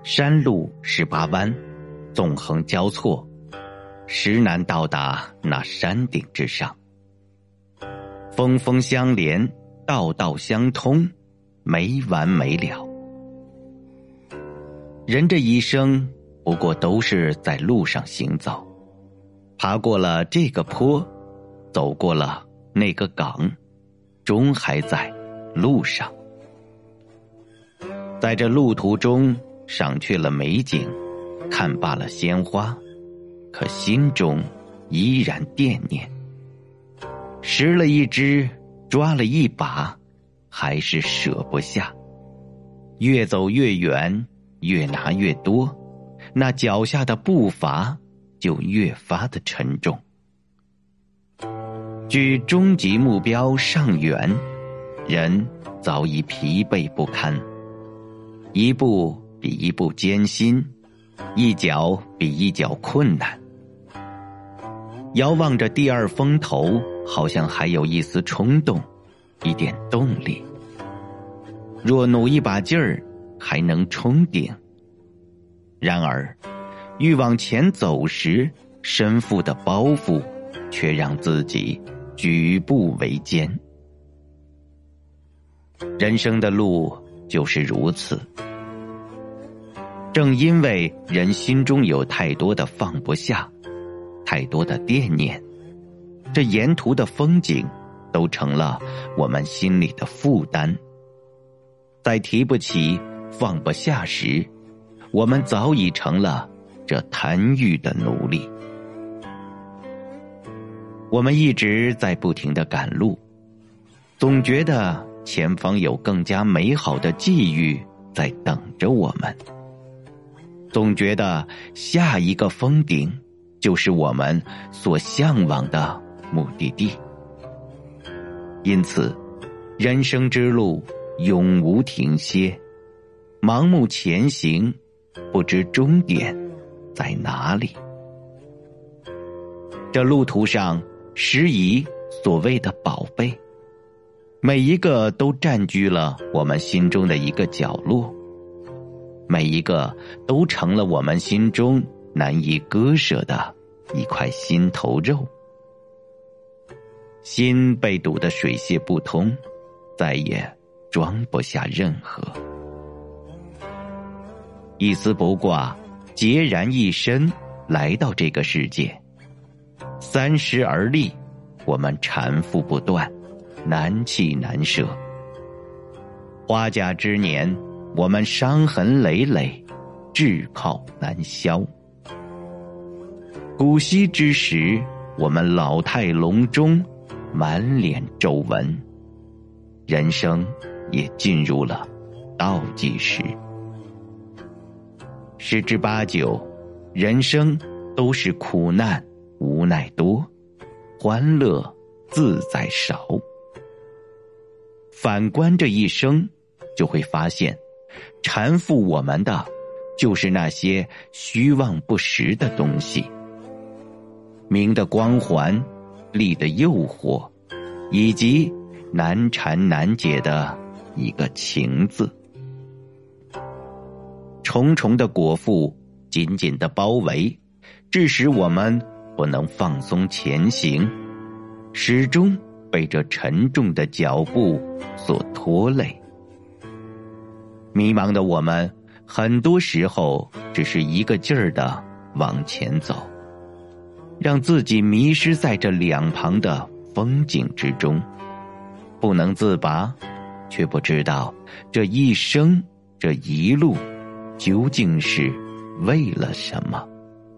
山路18弯，纵横交错，实难到达那山顶之上。峰峰相连，道道相通，没完没了。人这一生不过都是在路上行走，爬过了这个坡，走过了那个岗，终还在路上。在这路途中赏去了美景，看罢了鲜花，可心中依然惦念。拾了一只，抓了一把，还是舍不下。越走越远，越拿越多，那脚下的步伐就越发的沉重。距终极目标尚远，人早已疲惫不堪，一步比一步艰辛，一脚比一脚困难。遥望着第二峰头，好像还有一丝冲动，一点动力。若努一把劲儿，还能冲顶。然而欲往前走时，身负的包袱却让自己举步维艰。人生的路就是如此，正因为人心中有太多的放不下，太多的惦念，这沿途的风景都成了我们心里的负担。在提不起放不下时，我们早已成了这贪欲的奴隶。我们一直在不停地赶路，总觉得前方有更加美好的际遇在等着我们，总觉得下一个峰顶就是我们所向往的目的地。因此人生之路永无停歇，盲目前行，不知终点在哪里。这路途上时宜所谓的宝贝，每一个都占据了我们心中的一个角落，每一个都成了我们心中难以割舍的一块心头肉。心被堵得水泄不通，再也装不下任何。一丝不挂，孑然一身来到这个世界，30而立，我们缠缚不断，难弃难舍。花甲之年，我们伤痕累累，炙烤难消。古稀之时，我们老态龙钟，满脸皱纹。人生也进入了倒计时。十之八九，人生都是苦难无奈多，欢乐自在少。反观这一生，就会发现缠缚我们的就是那些虚妄不实的东西，名的光环，利的诱惑，以及难缠难解的一个情字。重重的裹缚，紧紧的包围，致使我们不能放松前行，始终被这沉重的脚步所拖累。迷茫的我们，很多时候只是一个劲儿地往前走，让自己迷失在这两旁的风景之中，不能自拔，却不知道这一生这一路究竟是为了什么，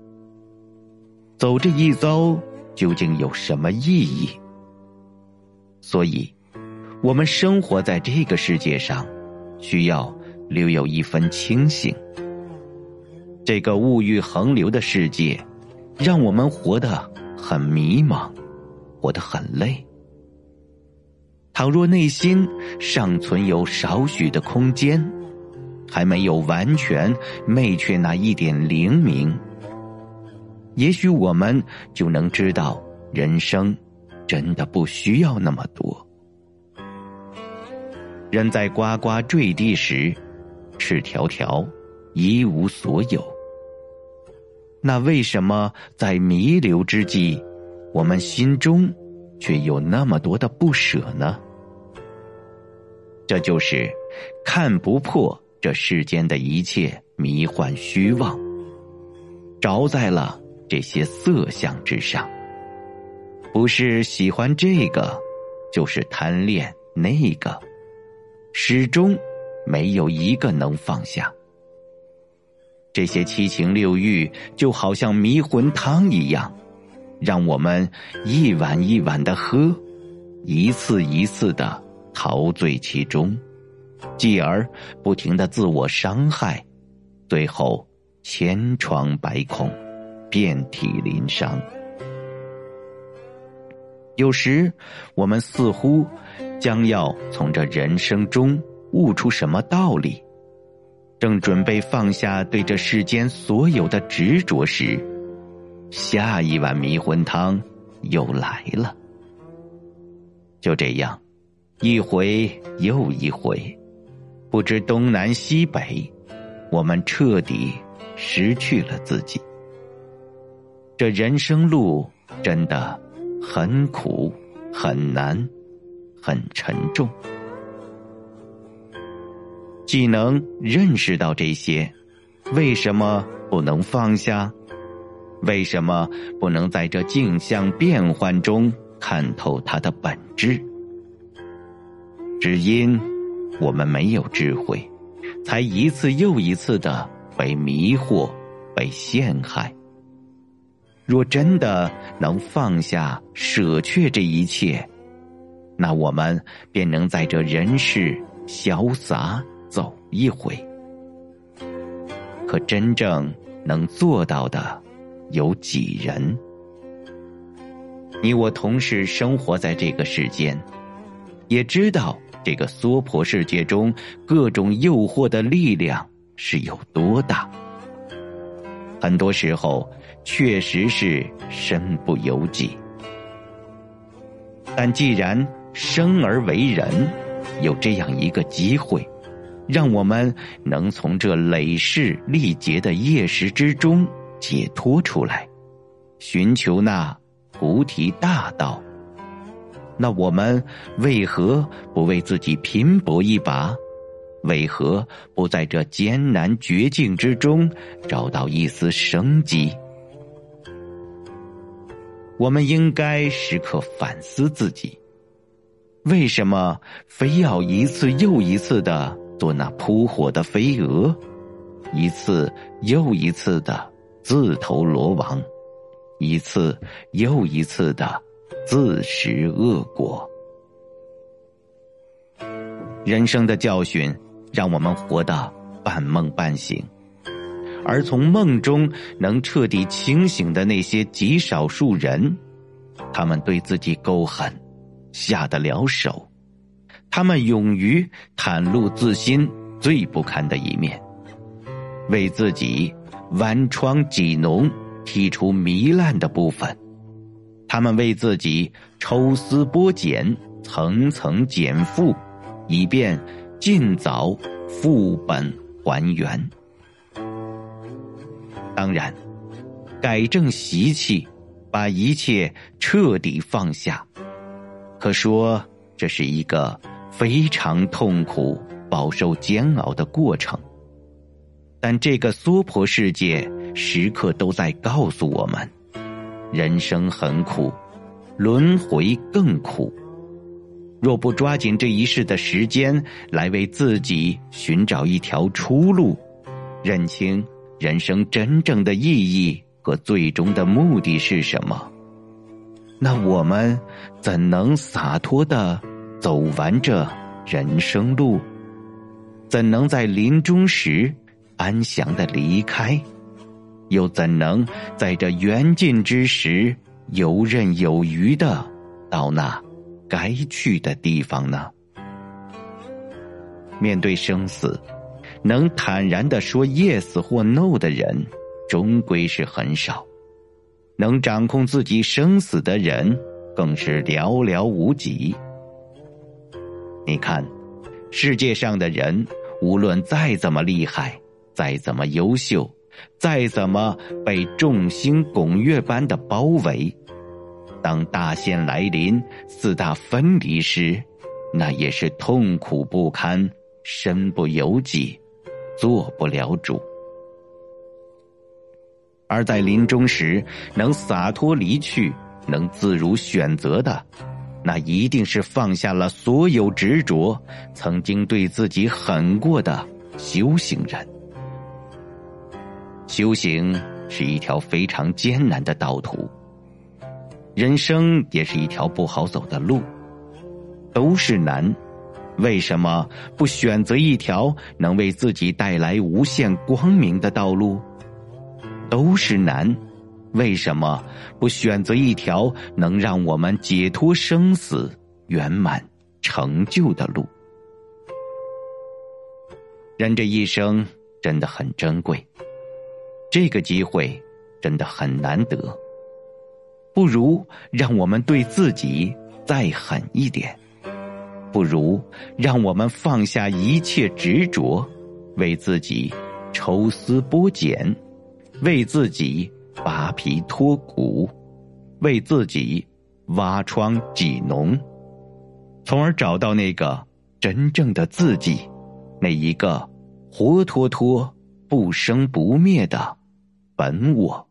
走这一遭究竟有什么意义。所以我们生活在这个世界上，需要留有一分清醒。这个物欲横流的世界，让我们活得很迷茫，活得很累。倘若内心尚存有少许的空间，还没有完全昧却那一点灵明，也许我们就能知道，人生真的不需要那么多。人在呱呱坠地时，赤条条， 一无所有。那为什么在弥留之际，我们心中却有那么多的不舍呢？这就是看不破这世间的一切迷幻虚妄，着在了这些色相之上，不是喜欢这个，就是贪恋那个，始终没有一个能放下。这些七情六欲就好像迷魂汤一样，让我们一碗一碗的喝，一次一次的陶醉其中，继而不停的自我伤害，最后千疮百孔，遍体鳞伤。有时我们似乎将要从这人生中悟出什么道理，正准备放下对这世间所有的执着时，下一碗迷魂汤又来了。就这样，一回又一回，不知东南西北，我们彻底失去了自己。这人生路真的很苦，很难，很沉重。既能认识到这些，为什么不能放下？为什么不能在这镜像变幻中看透它的本质？只因我们没有智慧，才一次又一次的被迷惑，被陷害。若真的能放下舍却这一切，那我们便能在这人世潇洒走一回。可真正能做到的有几人？你我同是生活在这个世间，也知道这个娑婆世界中各种诱惑的力量是有多大。很多时候确实是身不由己，但既然生而为人，有这样一个机会，让我们能从这累世历劫的业识之中解脱出来，寻求那菩提大道，那我们为何不为自己拼搏一把？为何不在这艰难绝境之中找到一丝生机？我们应该时刻反思自己，为什么非要一次又一次的做那扑火的飞蛾，一次又一次的自投罗网，一次又一次的自食恶果？人生的教训让我们活得半梦半醒，而从梦中能彻底清醒的那些极少数人，他们对自己够狠，下得了手，他们勇于袒露自心最不堪的一面，为自己剜疮挤脓，剔除糜烂的部分，他们为自己抽丝剥茧，层层减负，以便尽早复本还原。当然，改正习气，把一切彻底放下，可说这是一个非常痛苦、饱受煎熬的过程。但这个娑婆世界时刻都在告诉我们，人生很苦，轮回更苦。若不抓紧这一世的时间来为自己寻找一条出路，认清人生真正的意义和最终的目的是什么，那我们怎能洒脱地走完这人生路？怎能在临终时安详地离开？又怎能在这缘尽之时游刃有余地到那该去的地方呢？面对生死，能坦然地说 yes 或 no 的人终归是很少，能掌控自己生死的人更是寥寥无几。你看，世界上的人无论再怎么厉害， 再怎么优秀，再怎么被众星拱月般的包围，当大限来临，四大分离时，那也是痛苦不堪，身不由己，做不了主。而在临终时能洒脱离去，能自如选择的，那一定是放下了所有执着，曾经对自己狠过的修行人。修行是一条非常艰难的道途，人生也是一条不好走的路，都是难，为什么不选择一条能为自己带来无限光明的道路？都是难，为什么不选择一条能让我们解脱生死、圆满成就的路？人这一生真的很珍贵，这个机会真的很难得，不如让我们对自己再狠一点，不如让我们放下一切执着，为自己抽丝剥茧，为自己拔皮脱骨，为自己挖疮挤脓，从而找到那个真正的自己，那一个活脱脱不生不灭的本我。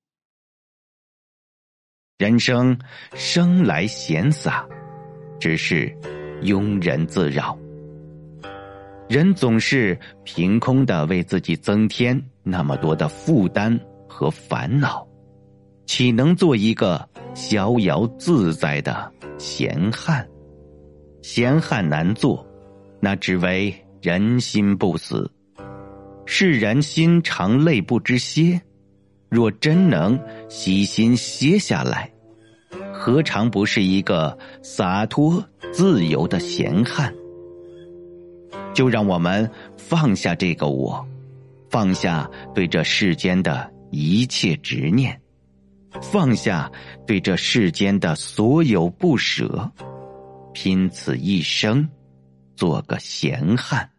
人生生来闲洒，只是庸人自扰。人总是凭空地为自己增添那么多的负担和烦恼，岂能做一个逍遥自在的闲汉？闲汉难做，那只为人心不死。世人心常累不知歇，若真能悉心歇下来，何尝不是一个洒脱自由的闲汉？就让我们放下这个我，放下对这世间的一切执念，放下对这世间的所有不舍，拼此一生，做个闲汉。